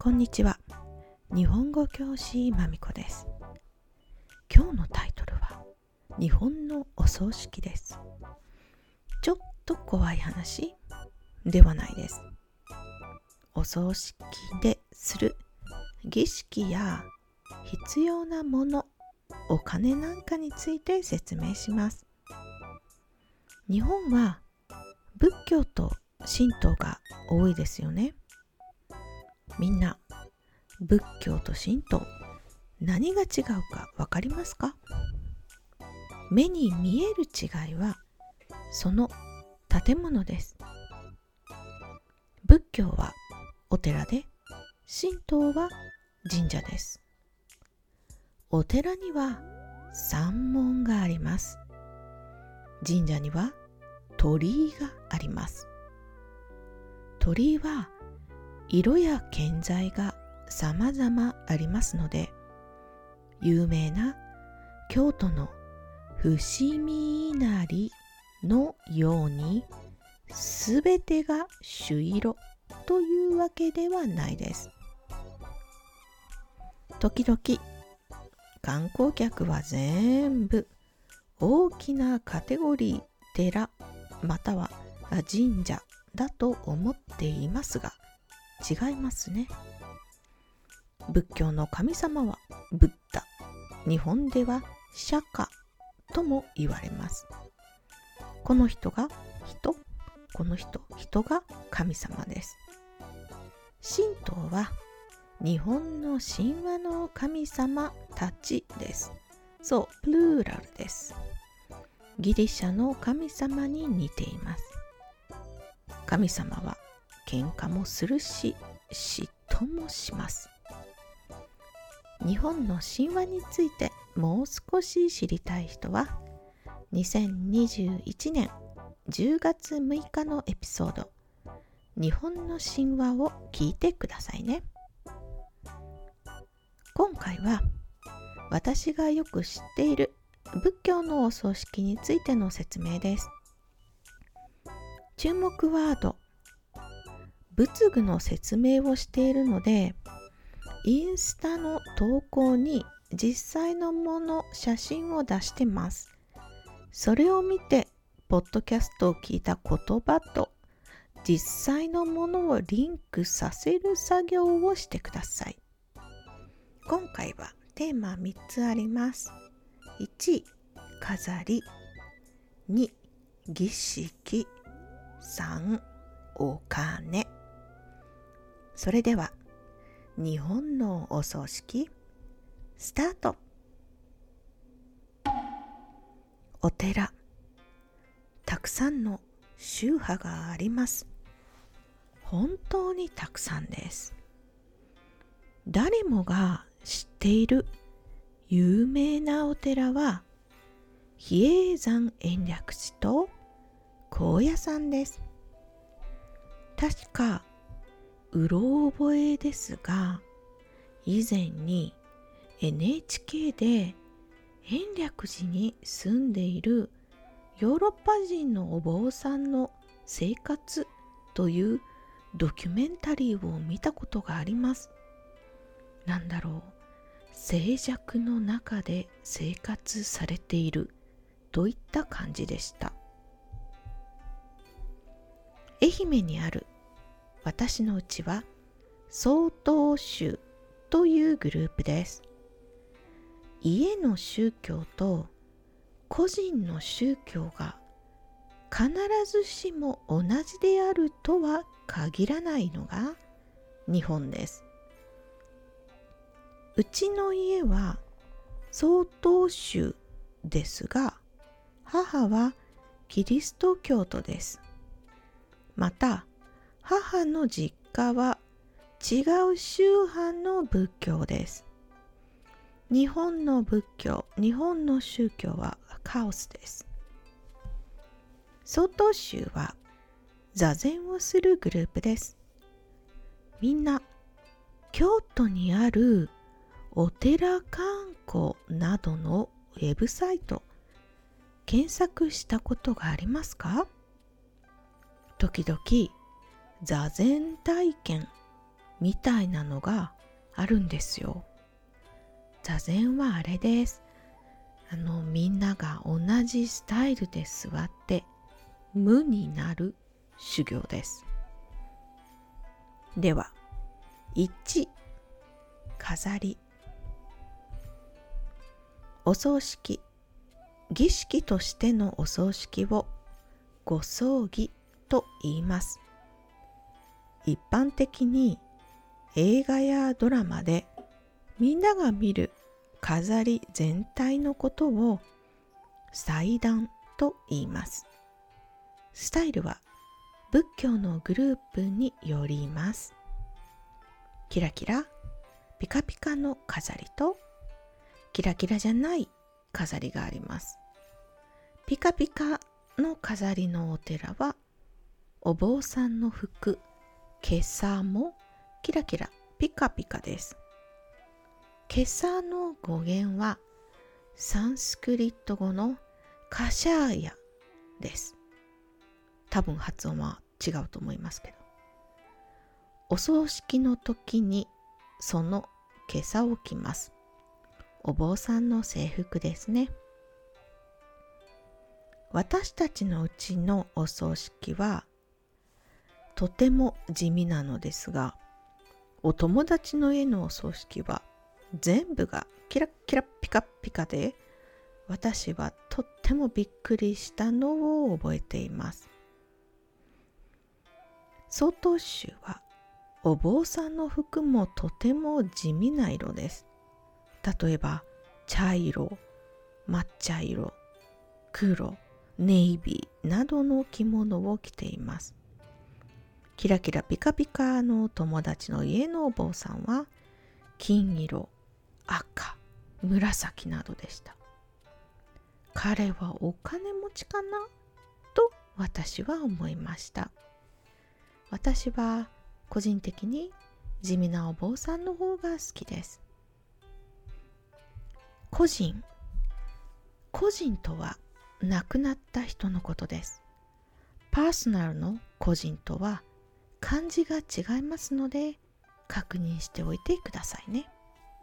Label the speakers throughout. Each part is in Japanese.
Speaker 1: こんにちは。日本語教師まみこです。今日のタイトルは日本のお葬式です。ちょっと怖い話ではないです。お葬式でする儀式や必要なもの、お金なんかについて説明します。日本は仏教と神道が多いですよね。みんな仏教と神道、何が違うかわかりますか？目に見える違いはその建物です。仏教はお寺で、神道は神社です。お寺には山門があります。神社には鳥居があります。鳥居は色や建材が様々ありますので、有名な京都の伏見稲荷のようにすべてが朱色というわけではないです。時々観光客は全部大きなカテゴリー寺または神社だと思っていますが、違いますね。仏教の神様はブッダ、日本では釈迦とも言われます。この人が人、この人が神様です。神道は日本の神話の神様たちです。そう、プルーラルです。ギリシャの神様に似ています。神様は喧嘩もするし、嫉妬もします。日本の神話についてもう少し知りたい人は、2021年10月6日のエピソード、日本の神話を聞いてくださいね。今回は私がよく知っている仏教のお葬式についての説明です。注目ワード、仏具の説明をしているので、インスタの投稿に実際のもの、写真を出してます。それを見て、ポッドキャストを聞いた言葉と実際のものをリンクさせる作業をしてください。今回はテーマ3つあります。1、飾り。2、儀式。3、お金。それでは日本のお葬式スタート。お寺、たくさんの宗派があります。本当にたくさんです。誰もが知っている有名なお寺は比叡山延暦寺と高野山です。確かうろ覚えですが、以前に NHK で延暦寺に住んでいるヨーロッパ人のお坊さんの生活というドキュメンタリーを見たことがあります。なんだろう、静寂の中で生活されているといった感じでした。愛媛にある私のうちは曹洞宗というグループです。家の宗教と個人の宗教が必ずしも同じであるとは限らないのが日本です。うちの家は曹洞宗ですが、母はキリスト教徒です。また母の実家は違う宗派の仏教です。日本の仏教、日本の宗教はカオスです。曹洞宗は座禅をするグループです。みんな京都にあるお寺観光などのウェブサイト検索したことがありますか？時々座禅体験みたいなのがあるんですよ。座禅はあれです。みんなが同じスタイルで座って無になる修行です。では、1、飾り。お葬式、儀式としてのお葬式をご葬儀と言います。一般的に映画やドラマでみんなが見る飾り全体のことを祭壇と言います。スタイルは仏教のグループによります。キラキラ、ピカピカの飾りとキラキラじゃない飾りがあります。ピカピカの飾りのお寺はお坊さんの服、袈裟もキラキラピカピカです。袈裟の語源はサンスクリット語のカシャーヤです。多分発音は違うと思いますけど、お葬式の時にその袈裟を着ます。お坊さんの制服ですね。私たちのうちのお葬式はとても地味なのですが、お友達の家のお葬式は全部がキラキラピカピカで、私はとってもびっくりしたのを覚えています。曹洞宗はお坊さんの服もとても地味な色です。例えば茶色、抹茶色、黒、ネイビーなどの着物を着ています。キラキラピカピカの友達の家のお坊さんは金色、赤、紫などでした。彼はお金持ちかなと私は思いました。私は個人的に地味なお坊さんの方が好きです。個人とは亡くなった人のことです。パーソナルの個人とは漢字が違いますので確認しておいてくださいね。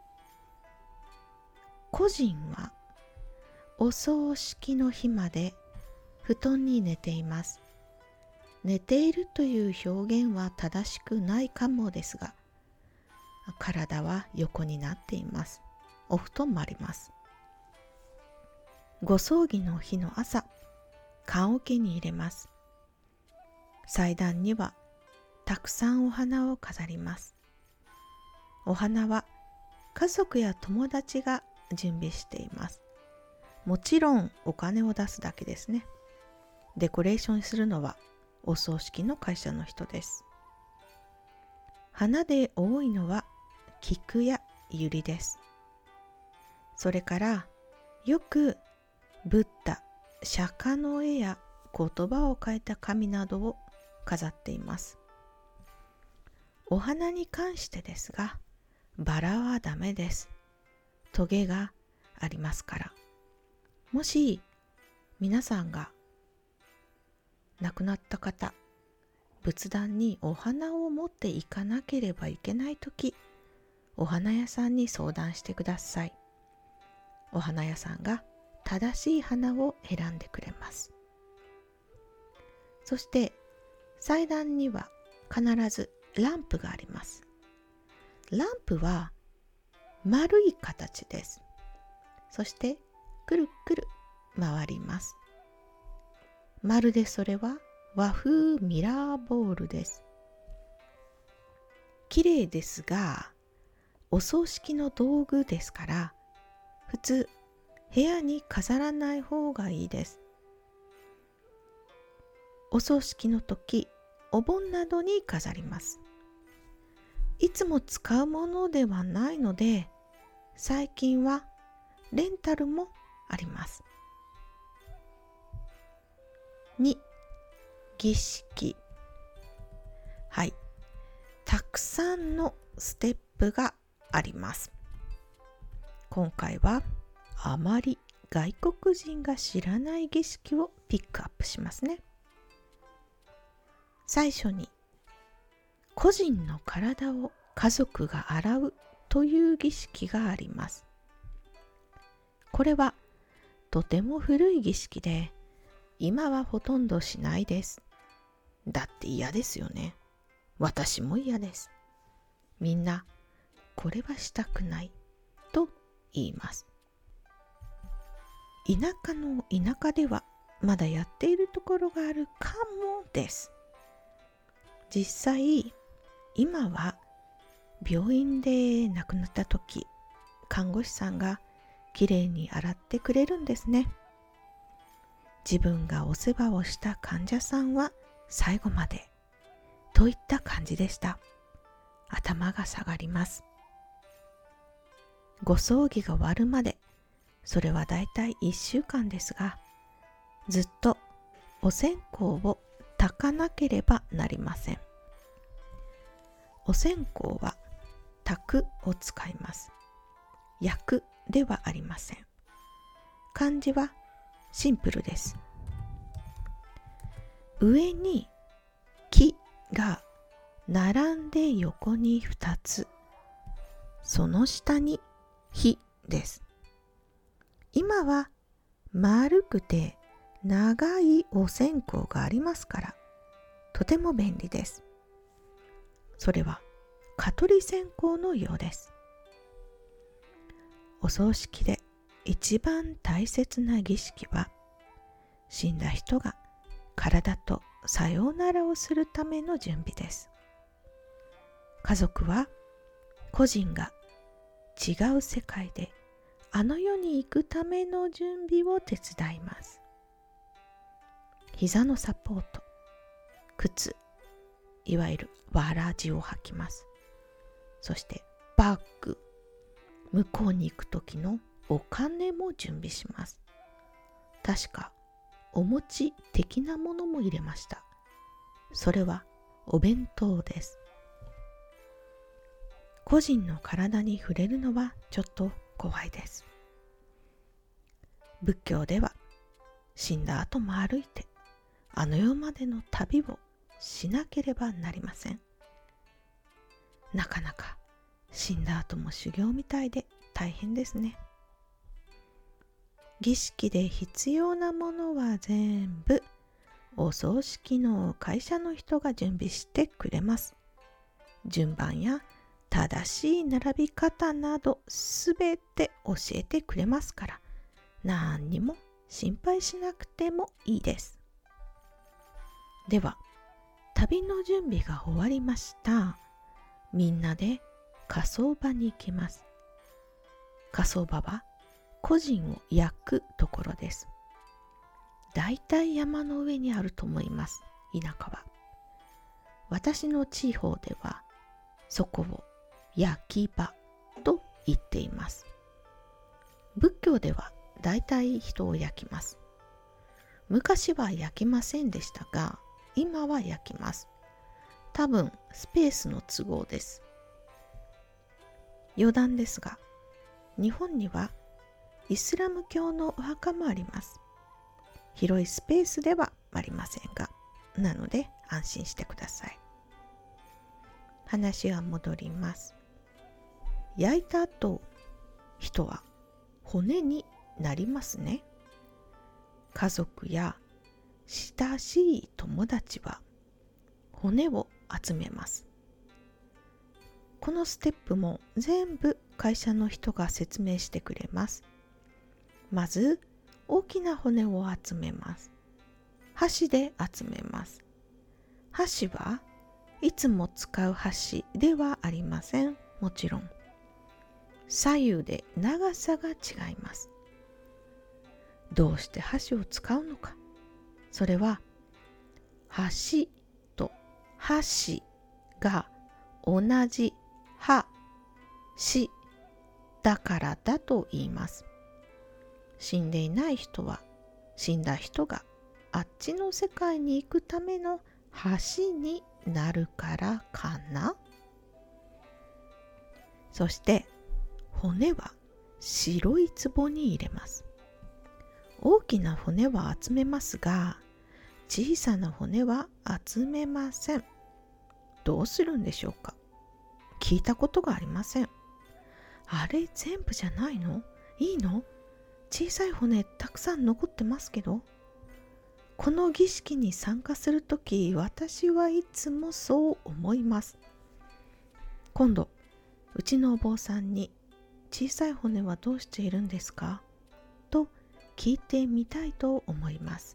Speaker 1: 個人はお葬式の日まで布団に寝ています。寝ているという表現は正しくないかもですが、体は横になっています。お布団もあります。ご葬儀の日の朝、棺桶に入れます。祭壇にはたくさんお花を飾ります。お花は家族や友達が準備しています。もちろんお金を出すだけですね。デコレーションするのはお葬式の会社の人です。花で多いのは菊や百合です。それからよくブッダ、釈迦の絵や言葉を書いた紙などを飾っています。お花に関してですが、バラはダメです。トゲがありますから。もし皆さんが亡くなった方、仏壇にお花を持っていかなければいけないとき、お花屋さんに相談してください。お花屋さんが正しい花を選んでくれます。そして祭壇には必ずランプがあります。ランプは丸い形です。そしてくるくる回ります。まるでそれは和風ミラーボールです。綺麗ですが、お葬式の道具ですから、普通部屋に飾らない方がいいです。お葬式の時、お盆などに飾ります。いつも使うものではないので、最近はレンタルもあります。2、儀式。はい。たくさんのステップがあります。今回はあまり外国人が知らない儀式をピックアップしますね。最初に個人の体を家族が洗うという儀式があります。これはとても古い儀式で、今はほとんどしないです。だって嫌ですよね。私も嫌です。みんな、これはしたくないと言います。田舎の田舎ではまだやっているところがあるかもです。実際、今は病院で亡くなった時、看護師さんがきれいに洗ってくれるんですね。自分がお世話をした患者さんは最後までといった感じでした。頭が下がります。ご葬儀が終わるまで、それはだいたい1週間ですが、ずっとお線香を焚かなければなりません。お線香は焚くを使います。焼くではありません。漢字はシンプルです。上に木が並んで横に2つ、その下に火です。今は丸くて長いお線香がありますから、とても便利です。それは蚊取り線香のようです。お葬式で一番大切な儀式は、死んだ人が体とさようならをするための準備です。家族は個人が違う世界であの世に行くための準備を手伝います。膝のサポート、靴、いわゆるわらじを履きます。そしてバッグ、向こうに行く時のお金も準備します。確かお餅的なものも入れました。それはお弁当です。個人の体に触れるのはちょっと怖いです。仏教では死んだ後も歩いてあの世までの旅をしなければなりません。なかなか死んだ後も修行みたいで大変ですね。儀式で必要なものは全部お葬式の会社の人が準備してくれます。順番や正しい並び方などすべて教えてくれますから、何にも心配しなくてもいいです。では、旅の準備が終わりました。みんなで火葬場に行きます。火葬場は個人を焼くところです。だいたい山の上にあると思います。田舎は。私の地方ではそこを焼き場と言っています。仏教ではだいたい人を焼きます。昔は焼きませんでしたが、今は焼きます。多分スペースの都合です。余談ですが、日本にはイスラム教のお墓もあります。広いスペースではありませんが、なので安心してください。話は戻ります。焼いた後、人は骨になりますね。家族や親しい友達は骨を集めます。このステップも全部会社の人が説明してくれます。まず大きな骨を集めます。箸で集めます。箸はいつも使う箸ではありません。もちろん左右で長さが違います。どうして箸を使うのか。それは箸と箸が同じ箸だからだと言います。死んでいない人は死んだ人があっちの世界に行くための橋になるからかな。そして骨は白い壺に入れます。大きな骨は集めますが、小さな骨は集めません。どうするんでしょうか。 聞いたことがありません。あれ全部じゃないの？いいの？小さい骨たくさん残ってますけど。この儀式に参加するとき、私はいつもそう思います。今度、うちのお坊さんに、小さい骨はどうしているんですか？と聞いてみたいと思います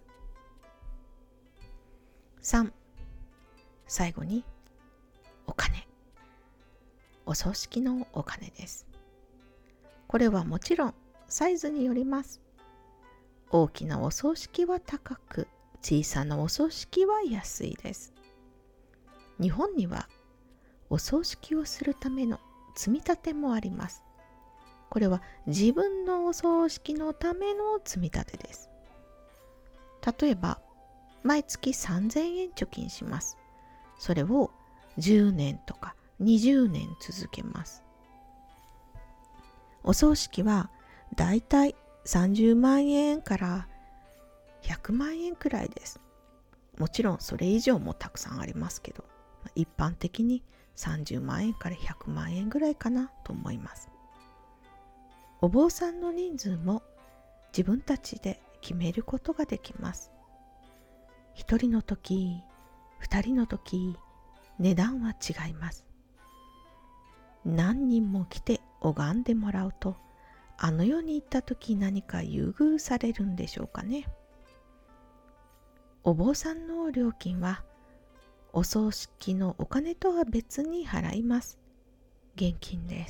Speaker 1: 。3、最後に、お金。お葬式のお金です。これはもちろんサイズによります。大きなお葬式は高く、小さなお葬式は安いです。日本にはお葬式をするための積み立てもあります。これは自分のお葬式のための積み立てです。例えば、毎月3000円貯金します。それを10年とか20年続けます。お葬式はだいたい30万円から100万円くらいです。もちろんそれ以上もたくさんありますけど、一般的に30万円から100万円ぐらいかなと思います。お坊さんの人数も自分たちで決めることができます。1人の時、2人の時、値段は違います。何人も来て拝んでもらうと、あの世に行った時何か優遇されるんでしょうかね。お坊さんの料金はお葬式のお金とは別に払います。現金です。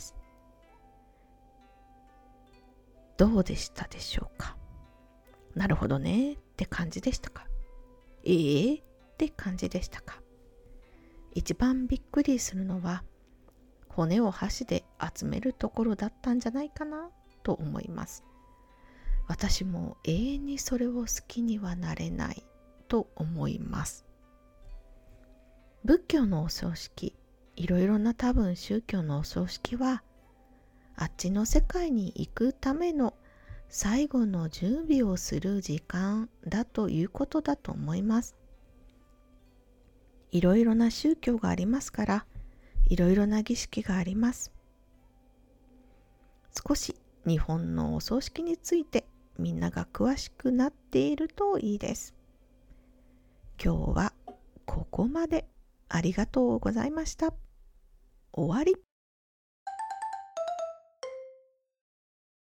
Speaker 1: どうでしたでしょうか？なるほどねって感じでしたか？って感じでしたか？一番びっくりするのは、骨を箸で集めるところだったんじゃないかなと思います。私も永遠にそれを好きにはなれないと思います。仏教のお葬式、いろいろな多分宗教のお葬式は、あっちの世界に行くための最後の準備をする時間だということだと思います。いろいろな宗教がありますから、いろいろな儀式があります。少し日本のお葬式についてみんなが詳しくなっているといいです。今日はここまで。ありがとうございました。終わり。